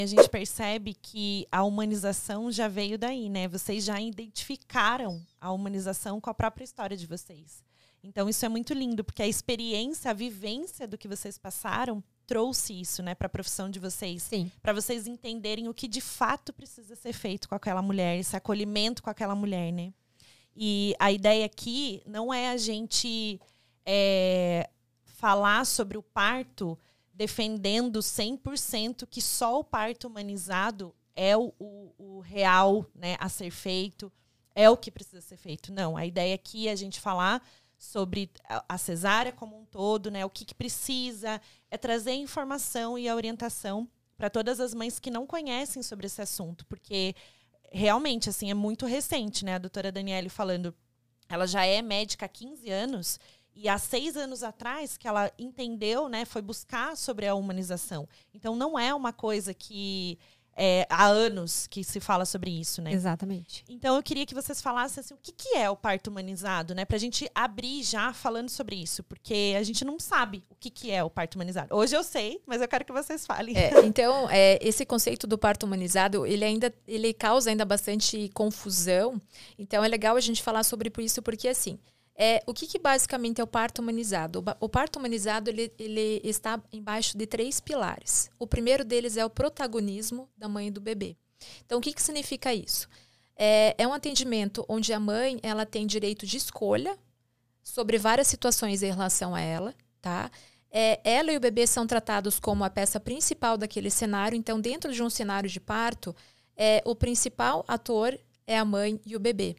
A gente percebe que a humanização já veio daí, né? Vocês já identificaram a humanização com a própria história de vocês. Então, isso é muito lindo, porque a experiência, a vivência do que vocês passaram trouxe isso, né, para a profissão de vocês. Sim. Para vocês entenderem o que de fato precisa ser feito com aquela mulher, esse acolhimento com aquela mulher, né? E a ideia aqui não é a gente falar sobre o parto defendendo 100% que só o parto humanizado é o real, né, a ser feito, é o que precisa ser feito. Não, a ideia aqui é a gente falar sobre a cesárea como um todo, né, o que precisa, é trazer a informação e a orientação para todas as mães que não conhecem sobre esse assunto, porque realmente, assim, é muito recente, né, a doutora Daniele falando, ela já é médica há 15 anos, e há 6 anos atrás que ela entendeu, né, foi buscar sobre a humanização. Então, não é uma coisa que há anos que se fala sobre isso, né? Exatamente. Então, eu queria que vocês falassem assim, o que é o parto humanizado, né? Pra gente abrir já falando sobre isso, porque a gente não sabe o que é o parto humanizado. Hoje eu sei, mas eu quero que vocês falem. Então, esse conceito do parto humanizado, ele causa ainda bastante confusão. Então, é legal a gente falar sobre isso, porque assim, o que basicamente é o parto humanizado? O parto humanizado ele está embaixo de 3 pilares. O primeiro deles é o protagonismo da mãe e do bebê. Então, o que significa isso? É um atendimento onde a mãe ela tem direito de escolha sobre várias situações em relação a ela, tá? Ela e o bebê são tratados como a peça principal daquele cenário. Então, dentro de um cenário de parto, o principal ator é a mãe e o bebê.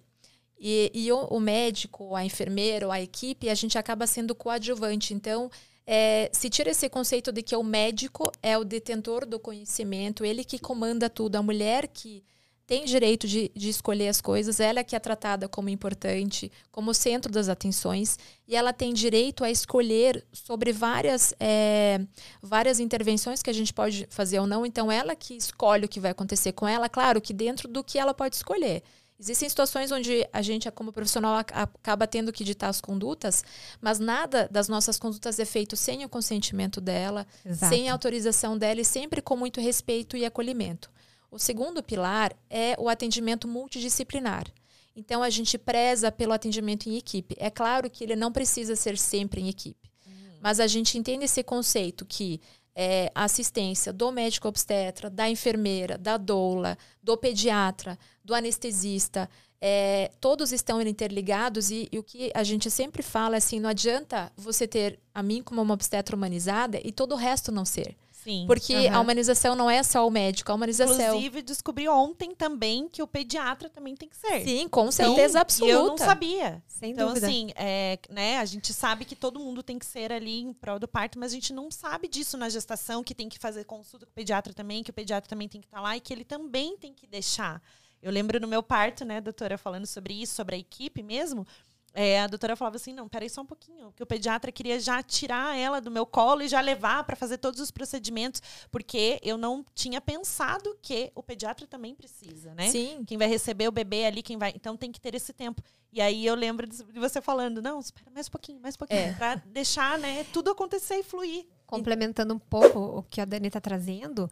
E o médico, a enfermeira, a equipe, a gente acaba sendo coadjuvante. Então, se tira esse conceito de que o médico é o detentor do conhecimento, ele que comanda tudo. A mulher que tem direito de escolher as coisas, ela é que é tratada como importante, como centro das atenções, e ela tem direito a escolher sobre várias intervenções que a gente pode fazer ou não. Então, ela que escolhe o que vai acontecer com ela, claro que dentro do que ela pode escolher. Existem situações onde a gente, como profissional, acaba tendo que ditar as condutas, mas nada das nossas condutas é feito sem o consentimento dela, Exato. sem a autorização dela e sempre com muito respeito e acolhimento. O segundo pilar é o atendimento multidisciplinar. Então, a gente preza pelo atendimento em equipe. É claro que ele não precisa ser sempre em equipe, mas a gente entende esse conceito que a assistência do médico obstetra, da enfermeira, da doula, do pediatra, do anestesista, todos estão interligados e o que a gente sempre fala é assim, não adianta você ter a mim como uma obstetra humanizada e todo o resto não ser. Sim. Porque a humanização não é só o médico, a humanização... Inclusive, descobri ontem também que o pediatra também tem que ser. Sim, com certeza absoluta. E eu não sabia. Sem então, dúvida. assim, né, a gente sabe que todo mundo tem que ser ali em prol do parto, mas a gente não sabe disso na gestação, que tem que fazer consulta com o pediatra também, que o pediatra também tem que estar lá e que ele também tem que deixar. Eu lembro no meu parto, né, doutora, falando sobre isso, sobre a equipe mesmo, a doutora falava assim, não, peraí só um pouquinho, porque o pediatra queria já tirar ela do meu colo e já levar para fazer todos os procedimentos, porque eu não tinha pensado que o pediatra também precisa, né? Sim. Quem vai receber o bebê ali, então tem que ter esse tempo. E aí eu lembro de você falando, não, espera mais um pouquinho, para deixar, né, tudo acontecer e fluir. Complementando um pouco o que a Dani está trazendo,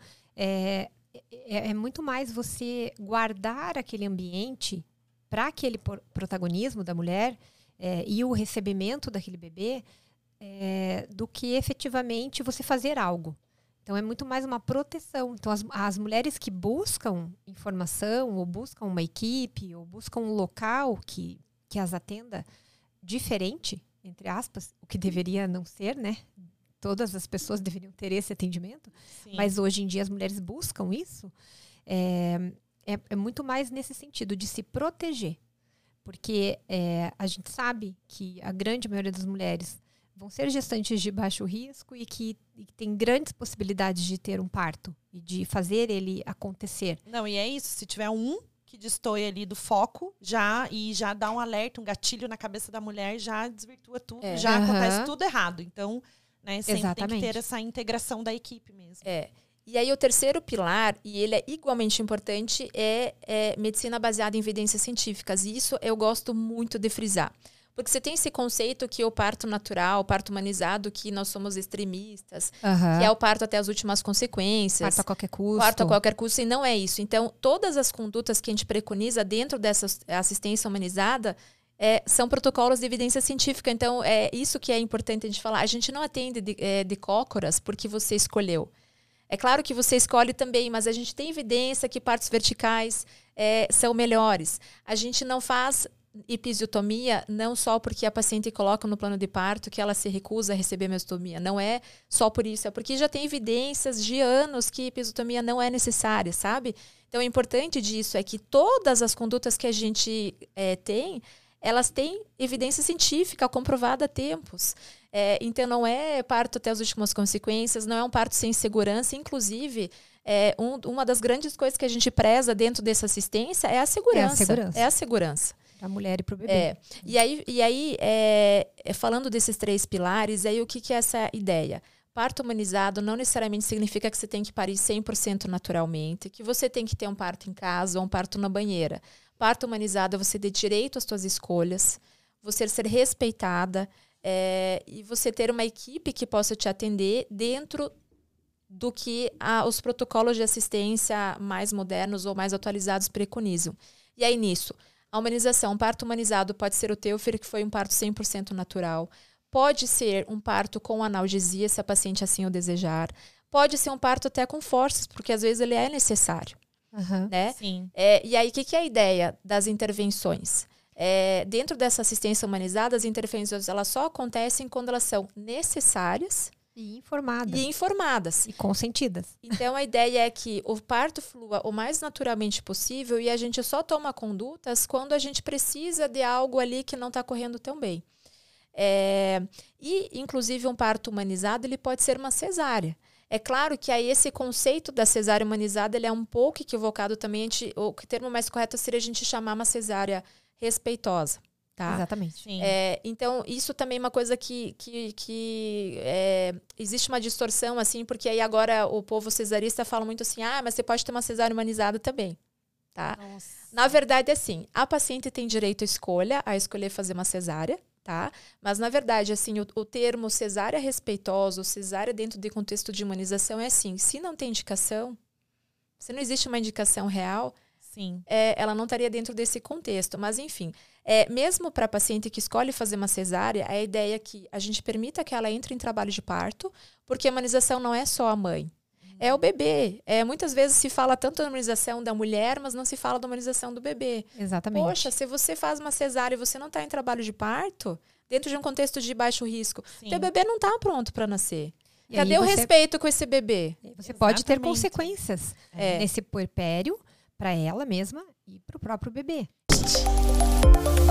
é muito mais você guardar aquele ambiente para aquele protagonismo da mulher e o recebimento daquele bebê do que efetivamente você fazer algo. Então, é muito mais uma proteção. Então, as mulheres que buscam informação, ou buscam uma equipe, ou buscam um local que as atenda diferente, entre aspas, o que deveria não ser, né? Todas as pessoas deveriam ter esse atendimento. Sim. Mas hoje em dia as mulheres buscam isso. É muito mais nesse sentido, de se proteger. Porque a gente sabe que a grande maioria das mulheres vão ser gestantes de baixo risco e que tem grandes possibilidades de ter um parto e de fazer ele acontecer. Não, e é isso. Se tiver um que destoia ali do foco, já dá um alerta, um gatilho na cabeça da mulher, já desvirtua tudo, já acontece tudo errado. Então, né, sempre Exatamente. tem que ter essa integração da equipe mesmo. E aí o terceiro pilar, e ele é igualmente importante, é medicina baseada em evidências científicas. E isso eu gosto muito de frisar. Porque você tem esse conceito que o parto natural, o parto humanizado, que nós somos extremistas, que é o parto até as últimas consequências. Parto a qualquer custo. Parto a qualquer custo, e não é isso. Então, todas as condutas que a gente preconiza dentro dessa assistência humanizada são protocolos de evidência científica. Então, é isso que é importante a gente falar. A gente não atende de cócoras porque você escolheu. É claro que você escolhe também, mas a gente tem evidência que partos verticais são melhores. A gente não faz episiotomia não só porque a paciente coloca no plano de parto que ela se recusa a receber mesotomia. Não é só por isso, é porque já tem evidências de anos que episiotomia não é necessária, sabe? Então, o importante disso é que todas as condutas que a gente tem, elas têm evidência científica comprovada há tempos. Então, não é parto até as últimas consequências, não é um parto sem segurança. Inclusive, uma das grandes coisas que a gente preza dentro dessa assistência é a segurança. É a segurança. Para a mulher e para o bebê. E aí falando desses 3 pilares, aí o que é essa ideia? Parto humanizado não necessariamente significa que você tem que parir 100% naturalmente, que você tem que ter um parto em casa ou um parto na banheira. Parto humanizado é você ter direito às suas escolhas, você ser respeitada e você ter uma equipe que possa te atender dentro do que os protocolos de assistência mais modernos ou mais atualizados preconizam. E aí nisso, a humanização, um parto humanizado pode ser o Teufer, que foi um parto 100% natural. Pode ser um parto com analgesia, se a paciente assim o desejar. Pode ser um parto até com forças, porque às vezes ele é necessário. Né? Sim. E aí, o que é a ideia das intervenções? Dentro dessa assistência humanizada, as intervenções elas só acontecem quando elas são necessárias e informadas. E consentidas. Então, a ideia é que o parto flua o mais naturalmente possível e a gente só toma condutas quando a gente precisa de algo ali que não está correndo tão bem. E, inclusive, um parto humanizado ele pode ser uma cesárea. É claro que aí esse conceito da cesárea humanizada ele é um pouco equivocado também. O termo mais correto seria a gente chamar uma cesárea respeitosa. Tá? Exatamente. Sim. Então, isso também é uma coisa que existe uma distorção, assim, porque aí agora o povo cesarista fala muito assim, mas você pode ter uma cesárea humanizada também. Tá? Na verdade, assim, a paciente tem direito a escolher fazer uma cesárea, tá? Mas, na verdade, assim, o termo cesárea respeitosa, cesárea dentro de contexto de humanização é assim, se não tem indicação, se não existe uma indicação real, sim. Ela não estaria dentro desse contexto. Mas, enfim, mesmo para a paciente que escolhe fazer uma cesárea, a ideia é que a gente permita que ela entre em trabalho de parto, porque a humanização não é só a mãe. É o bebê. Muitas vezes se fala tanto da humanização da mulher, mas não se fala da humanização do bebê. Exatamente. Poxa, se você faz uma cesárea e você não está em trabalho de parto, dentro de um contexto de baixo risco, teu bebê não está pronto para nascer. E cadê o respeito com esse bebê? Você pode ter consequências nesse puerpério para ela mesma e para o próprio bebê.